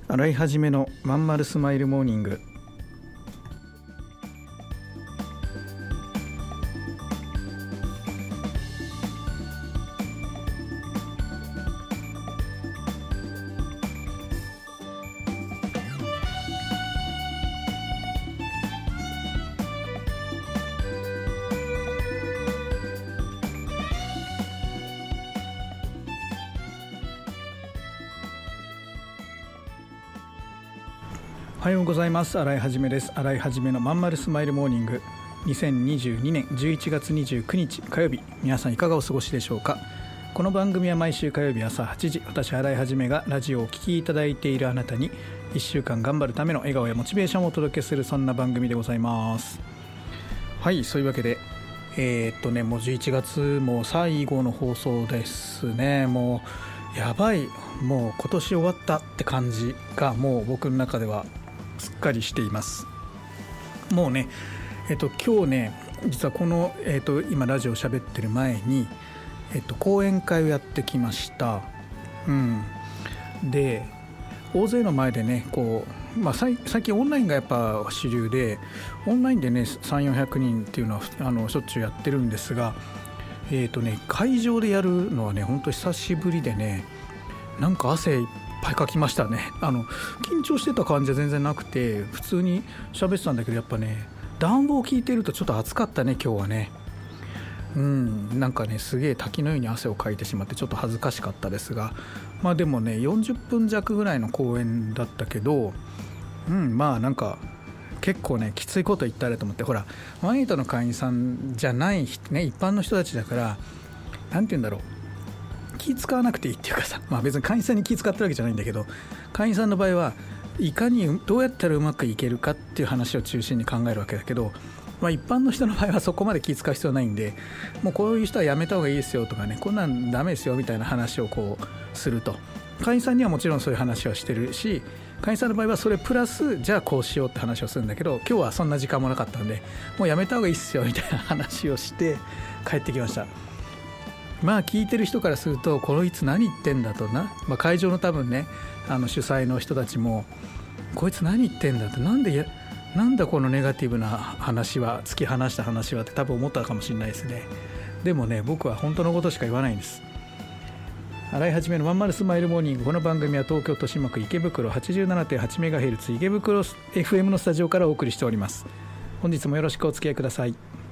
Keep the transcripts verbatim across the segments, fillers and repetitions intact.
洗い始めのまんまるスマイルモーニング。おはようございます。洗いはじめです。洗いはじめのまんまるスマイルモーニング、にせんにじゅうにねんじゅういちがつにじゅうくにち火曜日、皆さんいかがお過ごしでしょうか。この番組は毎週火曜日朝はちじ、私洗いはじめがラジオをお聞きいただいているあなたにいっしゅうかん頑張るための笑顔やモチベーションをお届けする、そんな番組でございます。はい、そういうわけでえー、っとねもうじゅういちがつも最後の放送ですね。もうやばい、もう今年終わったって感じがもう僕の中ではすっかりしています。もうねえっと今日ね実はこの、えっと、今ラジオ喋ってる前に、えっと、講演会をやってきました。うんで大勢の前でねこう、まあ、最近オンラインがやっぱ主流で、オンラインでねさんびゃくよんひゃくにんっていうのはあのしょっちゅうやってるんですが、えっとね会場でやるのはね本当久しぶりでね、なんか汗いっぱいかきましたね。あの緊張してた感じは全然なくて、普通に喋ってたんだけど、やっぱね暖房効いてるとちょっと暑かったね今日はね。うんなんかねすげえ滝のように汗をかいてしまってちょっと恥ずかしかったですが、まあでもねよんじゅっぷん弱ぐらいの公演だったけど、うんまあなんか結構ねきついこと言ったらと思って、ほらワンエイトの会員さんじゃないね一般の人たちだから、なんて言うんだろう、気使わなくていいっていうかさ、まあ別に会員さんに気使ってるわけじゃないんだけど、会員さんの場合はいかにどうやったらうまくいけるかっていう話を中心に考えるわけだけど、まあ、一般の人の場合はそこまで気使う必要ないんで、もうこういう人はやめた方がいいですよとかね、こんなんダメですよみたいな話をこうすると、会員さんにはもちろんそういう話はしてるし、会員さんの場合はそれプラスじゃあこうしようって話をするんだけど、今日はそんな時間もなかったんでもうやめた方がいいっすよみたいな話をして帰ってきました。まあ聞いてる人からするとこいつ何言ってんだとな、まあ、会場の多分ねあの主催の人たちもこいつ何言ってんだって、なんでやなんだこのネガティブな話は、突き放した話はって多分思ったかもしれないですね。でもね僕は本当のことしか言わないんです。洗い始めのまんまるスマイルモーニング、この番組は東京豊島区池袋 はちじゅうななてんはちメガヘルツ 池袋 エフエム のスタジオからお送りしております。本日もよろしくお付き合いください。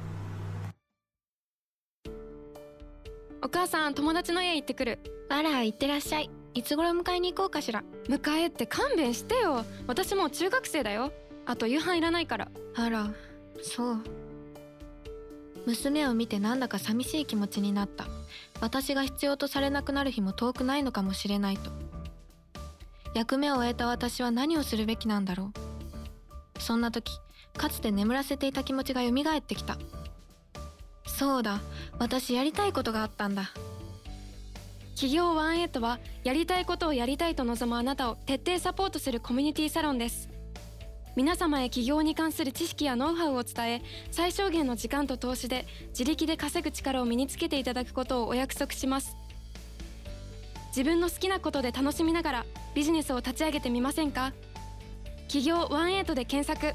お母さん、友達の家行ってくる。 あら、行ってらっしゃい。いつ頃迎えに行こうかしら。 迎えって勘弁してよ、私もう中学生だよ。あと夕飯いらないから。 あら、そう。娘を見てなんだか寂しい気持ちになった。私が必要とされなくなる日も遠くないのかもしれないと。役目を終えた私は何をするべきなんだろう。そんな時、かつて眠らせていた気持ちが蘇ってきた。そうだ、私やりたいことがあったんだ。 企業ワンエイトはやりたいことをやりたいと望むあなたを徹底サポートするコミュニティサロンです。皆様へ起業に関する知識やノウハウを伝え、最小限の時間と投資で自力で稼ぐ力を身につけていただくことをお約束します。自分の好きなことで楽しみながらビジネスを立ち上げてみませんか。起業ワンエイトで検索。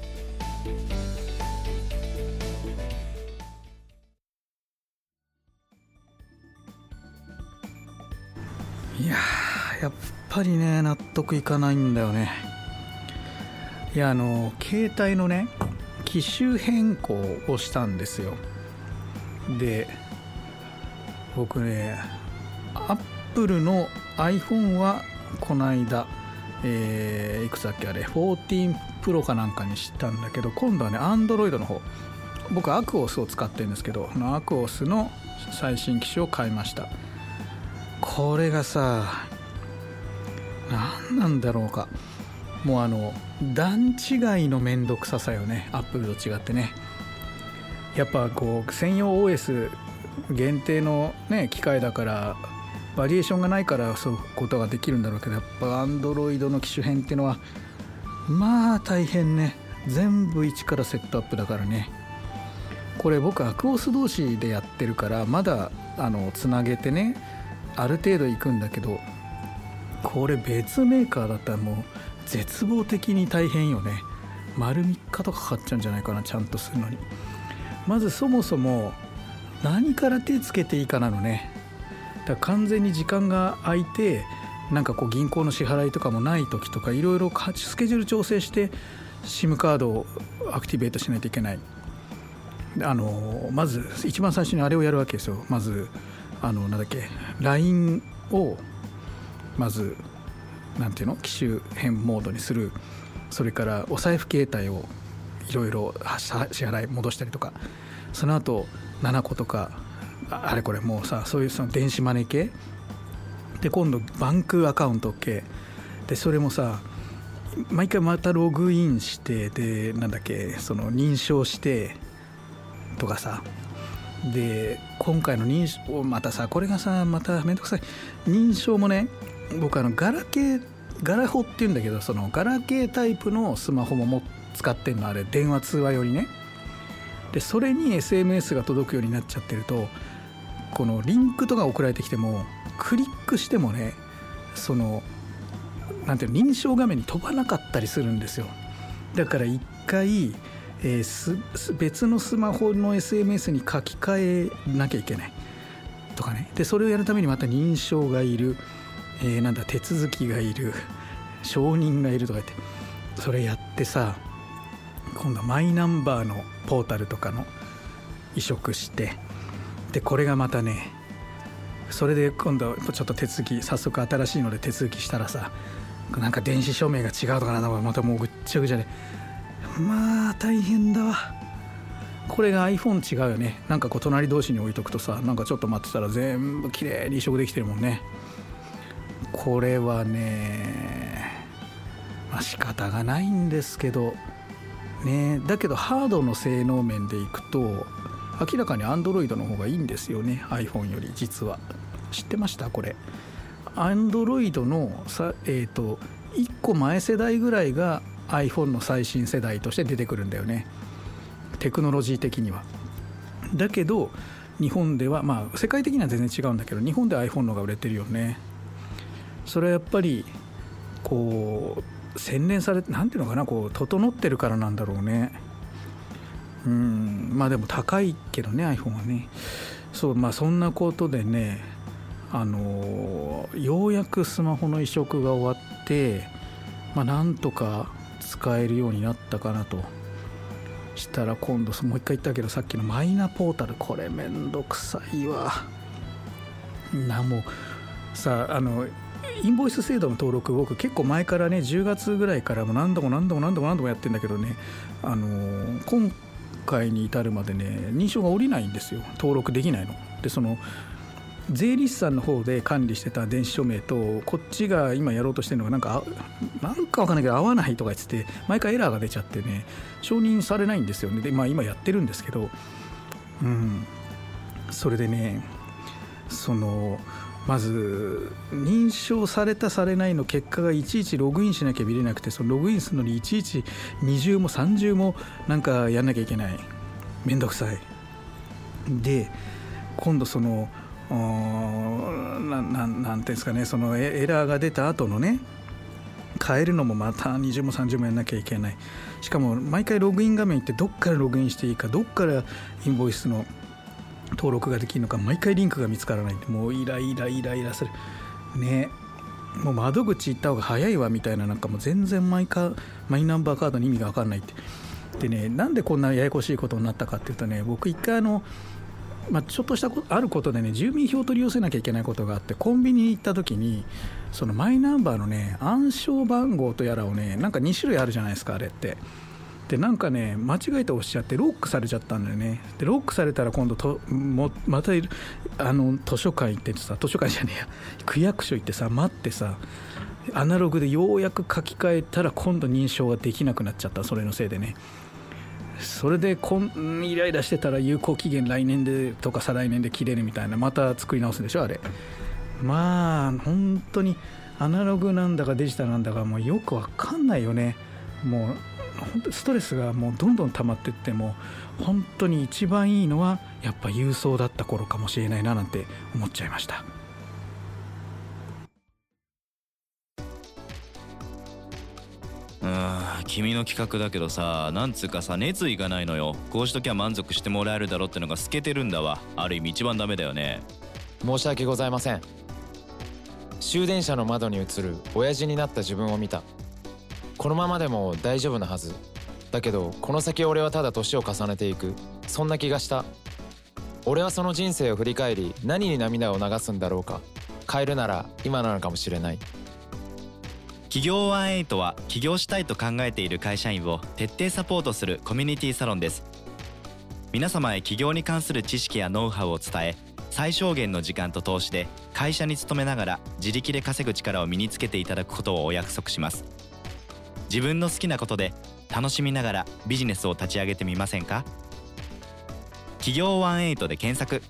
いやーやっぱりね納得いかないんだよね。いやあの携帯のね機種変更をしたんですよ。で僕ねアップルの iPhone はこの間、えー、いくつだっけあれじゅうよん Pro かなんかにしたんだけど、今度はね Android の方、僕アクオスを使ってるんですけど、アクオスの最新機種を買いました。これがさ何なんだろうか、もうあの段違いのめんどくささよね、アップルと違ってね。やっぱこう専用 オーエス 限定のね機械だからバリエーションがないからそういうことができるんだろうけど、やっぱ Android の機種変っていうのはまあ大変ね。全部一からセットアップだからね。これ僕アクオス同士でやってるからまだあのつなげてねある程度いくんだけど、 これ別メーカーだったらもう絶望的に大変よね。丸みっかとかかかっちゃうんじゃないかな、ちゃんとするのに。まずそもそも何から手つけていいかなのね。だから完全に時間が空いて、なんかこう銀行の支払いとかもない時とかいろいろスケジュール調整して SIM カードをアクティベートしないといけない。あのまず一番最初にあれをやるわけですよ。まずあのなんだっけ ライン をまずなんていうの機種変モードにする。それからお財布携帯をいろいろ支払い戻したりとか、その後ななことかあれこれもうさ、そういうその電子マネー系で、今度バンクアカウント系で、それもさ毎回またログインして、でなんだっけその認証してとかさ、で今回の認証またさ、これがさまためんどくさい。認証もね、僕あのガラケーガラホっていうんだけど、そのガラケータイプのスマホもも使ってんの、あれ電話通話用にね。でそれに エスエムエス が届くようになっちゃってると、このリンクとか送られてきてもクリックしてもね、そのなんていうの認証画面に飛ばなかったりするんですよ。だから一回、えー、す別のスマホの エスエムエス に書き換えなきゃいけないとかね。でそれをやるためにまた認証がいる、えー、なんだ手続きがいる、承認がいるとか言って、それやってさ、今度はマイナンバーのポータルとかの移植して、でこれがまたね、それで今度ちょっと手続き早速新しいので手続きしたらさ、なんか電子署名が違うとかなんだかまたもうぐっちゃぐちゃで、まあ大変だわ。これが iPhone 違うよね。なんかこう隣同士に置いとくとさ、なんかちょっと待ってたら全部きれいに移植できてるもんね。これはね、まあ、仕方がないんですけどね。だけどハードの性能面でいくと明らかに Android の方がいいんですよね、 iPhone より。実は知ってました？これ Android のさ、えーと、いっこまえ世代ぐらいが iPhone の最新世代として出てくるんだよね、テクノロジー的には。だけど日本では、まあ世界的には全然違うんだけど、日本では iPhone の方が売れてるよね。それはやっぱりこう洗練されて、なんていうのかな、こう整ってるからなんだろうね。うん、まあでも高いけどね iPhone はね。そう、まあそんなことでね、あのようやくスマホの移植が終わって、まあなんとか使えるようになったかなとしたら、今度もう一回言ったけど、さっきのマイナポータル、これめんどくさいわな。もうさ、あのインボイス制度の登録、僕結構前からね、じゅうがつぐらいからも何度も何度も何度も何度もやってんだけどね、あの今回に至るまでね、認証が下りないんですよ。登録できないので、その税理士さんの方で管理してた電子署名と、こっちが今やろうとしてるのがなんかなんか分かんないけど合わないとか言ってて、毎回エラーが出ちゃってね、承認されないんですよね。で、まあ今やってるんですけど、うんそれでね、そのまず認証されたされないの結果がいちいちログインしなきゃ見れなくて、そのログインするのにいちいちに重もさん重もなんかやんなきゃいけない、めんどくさい。で今度そのな, な, なんていうんですかね、そのエラーが出た後のね、変えるのもまたに重もさん重もやんなきゃいけない。しかも毎回ログイン画面行ってどっからログインしていいか、どっからインボイスの登録ができるのか、毎回リンクが見つからないんで、もうイライライライラするね。もう窓口行った方が早いわみたいな、なんかもう全然マイカマイナンバーカードの意味が分かんないってでね、なんでこんなややこしいことになったかっていうとね、僕一回あの、まあ、ちょっとしたあることでね、住民票を取り寄せなきゃいけないことがあって、コンビニに行った時にそのマイナンバーのね暗証番号とやらをね、なんかに種類あるじゃないですか、あれって。でなんかね間違えて押しちゃってロックされちゃったんだよね。でロックされたら今度ともまたあの図書館行ってさ、図書館じゃねえや区役所行ってさ、待ってさ、アナログでようやく書き換えたら今度認証ができなくなっちゃった、それのせいでね。それでこんイライラしてたら有効期限来年でとか再来年で切れるみたいな、また作り直すでしょあれ。まあ本当にアナログなんだかデジタルなんだかもうよくわかんないよね。もう本当にストレスがもうどんどん溜まっていって、も本当に一番いいのはやっぱ郵送だった頃かもしれないななんて思っちゃいました。 うーん、君の企画だけどさ、なんつうかさ、熱意がないのよ。こうしときゃ満足してもらえるだろってのが透けてるんだわ。ある意味一番ダメだよね。 申し訳ございません。終電車の窓に映る親父になった自分を見た。このままでも大丈夫なはずだけど、この先俺はただ年を重ねていく、そんな気がした。俺はその人生を振り返り、何に涙を流すんだろうか。変えるなら今なのかもしれない。 企業ワンエイトは起業したいと考えている会社員を徹底サポートするコミュニティサロンです。皆様へ起業に関する知識やノウハウを伝え、最小限の時間と投資で会社に勤めながら自力で稼ぐ力を身につけていただくことをお約束します。自分の好きなことで楽しみながらビジネスを立ち上げてみませんか？企業ワンエイトで検索。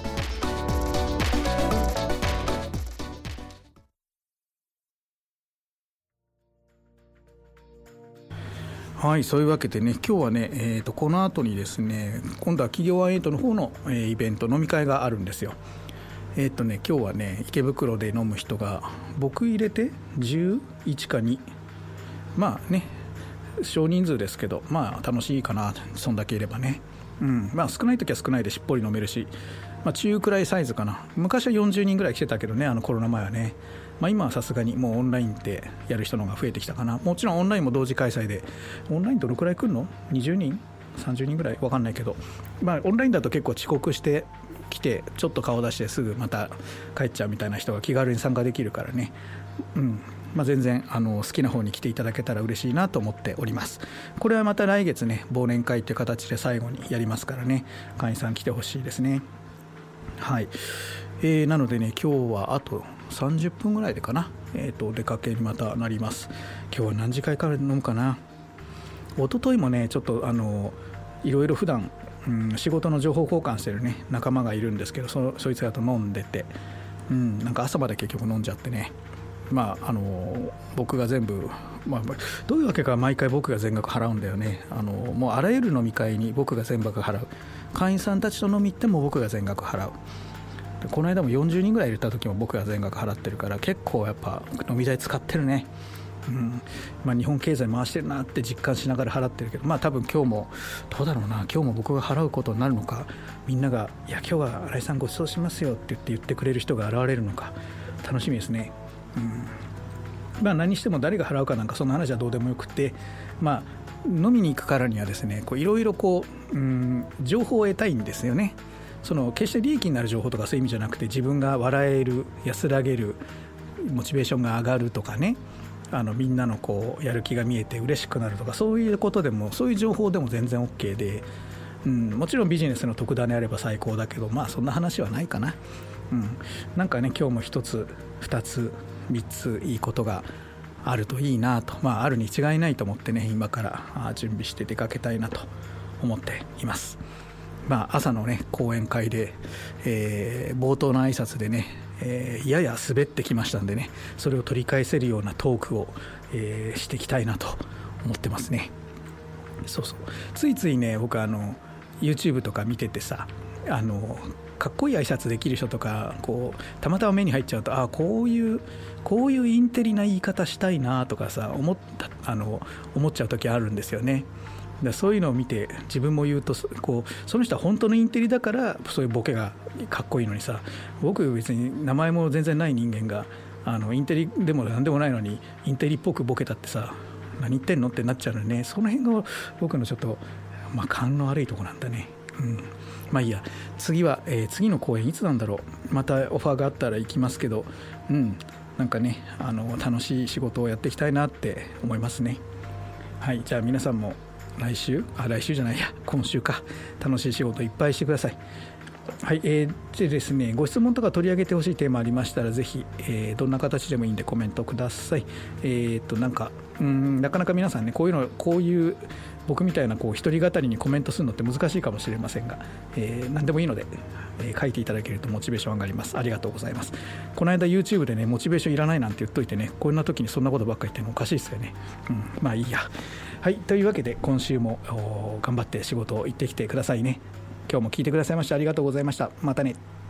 はい、そういうわけでね、今日はね、えー、とこの後にですね、今度は企業ワンエイトの方の、えーイベント飲み会があるんですよ。えっ、とね今日はね、池袋で飲む人が僕入れてじゅういちかに、まあね少人数ですけど、まあ楽しいかな、そんだけいればね。うん、まあ少ない時は少ないでしっぽり飲めるし、まあ、中くらいサイズかな。昔はよんじゅうにんぐらい来てたけどね、あのコロナ前はね。まあ、今はさすがにもうオンラインでやる人の方が増えてきたかな。もちろんオンラインも同時開催で、オンラインどのくらい来るの ?にじゅうにんさんじゅうにんぐらいわかんないけど、まあオンラインだと結構遅刻して来てちょっと顔出してすぐまた帰っちゃうみたいな人が気軽に参加できるからね。うん、まあ、全然あの好きな方に来ていただけたら嬉しいなと思っております。これはまた来月ね、忘年会という形で最後にやりますからね、会員さん来てほしいですね。はい、えー、なのでね、今日はあとさんじゅっぷんぐらいでかな、えー、と出かけにまたなります。今日は何時間から飲むかな。一昨日もねちょっとあのいろいろ普段、うん、仕事の情報交換してるね仲間がいるんですけど、 そ, そいつらと飲んでて、うん、なんか朝まで結局飲んじゃってね、まああの僕が全部、まあ、どういうわけか毎回僕が全額払うんだよね。あのもうあらゆる飲み会に僕が全額払う。会員さんたちと飲み行っても僕が全額払う。この間もよんじゅうにんぐらい入れた時も僕が全額払ってるから、結構やっぱ飲み代使ってるね。うん、まあ、日本経済回してるなって実感しながら払ってるけど、まあ多分今日もどうだろうな、今日も僕が払うことになるのか、みんながいや今日は新井さんご馳走しますよって言って言ってくれる人が現れるのか楽しみですね。うん、まあ何しても誰が払うかなんかそんな話はどうでもよくて、まあ飲みに行くからにはですね、いろいろこう、うん、情報を得たいんですよね。その決して利益になる情報とかそういう意味じゃなくて、自分が笑える、安らげる、モチベーションが上がるとかね、あのみんなのこうやる気が見えて嬉しくなるとか、そういうことでも、そういう情報でも全然 OK で、うん、もちろんビジネスの特ダネあれば最高だけど、まあそんな話はないかな。うん、なんかね今日も一つ二つ三ついいことがあるといいなと、まああるに違いないと思ってね、今から準備して出かけたいなと思っています。まあ、朝のね講演会で、えー、冒頭の挨拶でね、えー、やや滑ってきましたんでね、それを取り返せるようなトークを、えー、していきたいなと思ってますね。そうそう、ついついね僕あの YouTube とか見ててさ、あのかっこいい挨拶できる人とかこうたまたま目に入っちゃうと、あこういうこういうインテリな言い方したいなとかさ思ったあの思っちゃう時あるんですよね。だそういうのを見て自分も言うと、こうその人は本当のインテリだからそういうボケがかっこいいのにさ、僕別に名前も全然ない人間があのインテリでもなんでもないのにインテリっぽくボケたってさ、何言ってんのってなっちゃうのね。その辺が僕のちょっと、まあ、勘の悪いとこなんだね。うん、まあいいや、次は、えー、次の公演いつなんだろう。またオファーがあったら行きますけど、うん、なんかねあの楽しい仕事をやっていきたいなって思いますね。はい、じゃあ皆さんも来週あ来週じゃないや今週か、楽しい仕事いっぱいしてください。はい、えー、でですね、ご質問とか取り上げてほしいテーマありましたらぜひ、えー、どんな形でもいいんでコメントください。えー、っとなんかうーんなかなか皆さんねこういうのこういう僕みたいなこう一人語りにコメントするのって難しいかもしれませんが、えー、何でもいいので、えー、書いていただけるとモチベーション上がります。ありがとうございます。この間 YouTube でねモチベーションいらないなんて言っといてね、こんな時にそんなことばっかり言ってるのおかしいですよね。うん、まあいいや。はい、というわけで今週も頑張って仕事を行ってきてくださいね。今日も聞いてくださいましてありがとうございました。またね。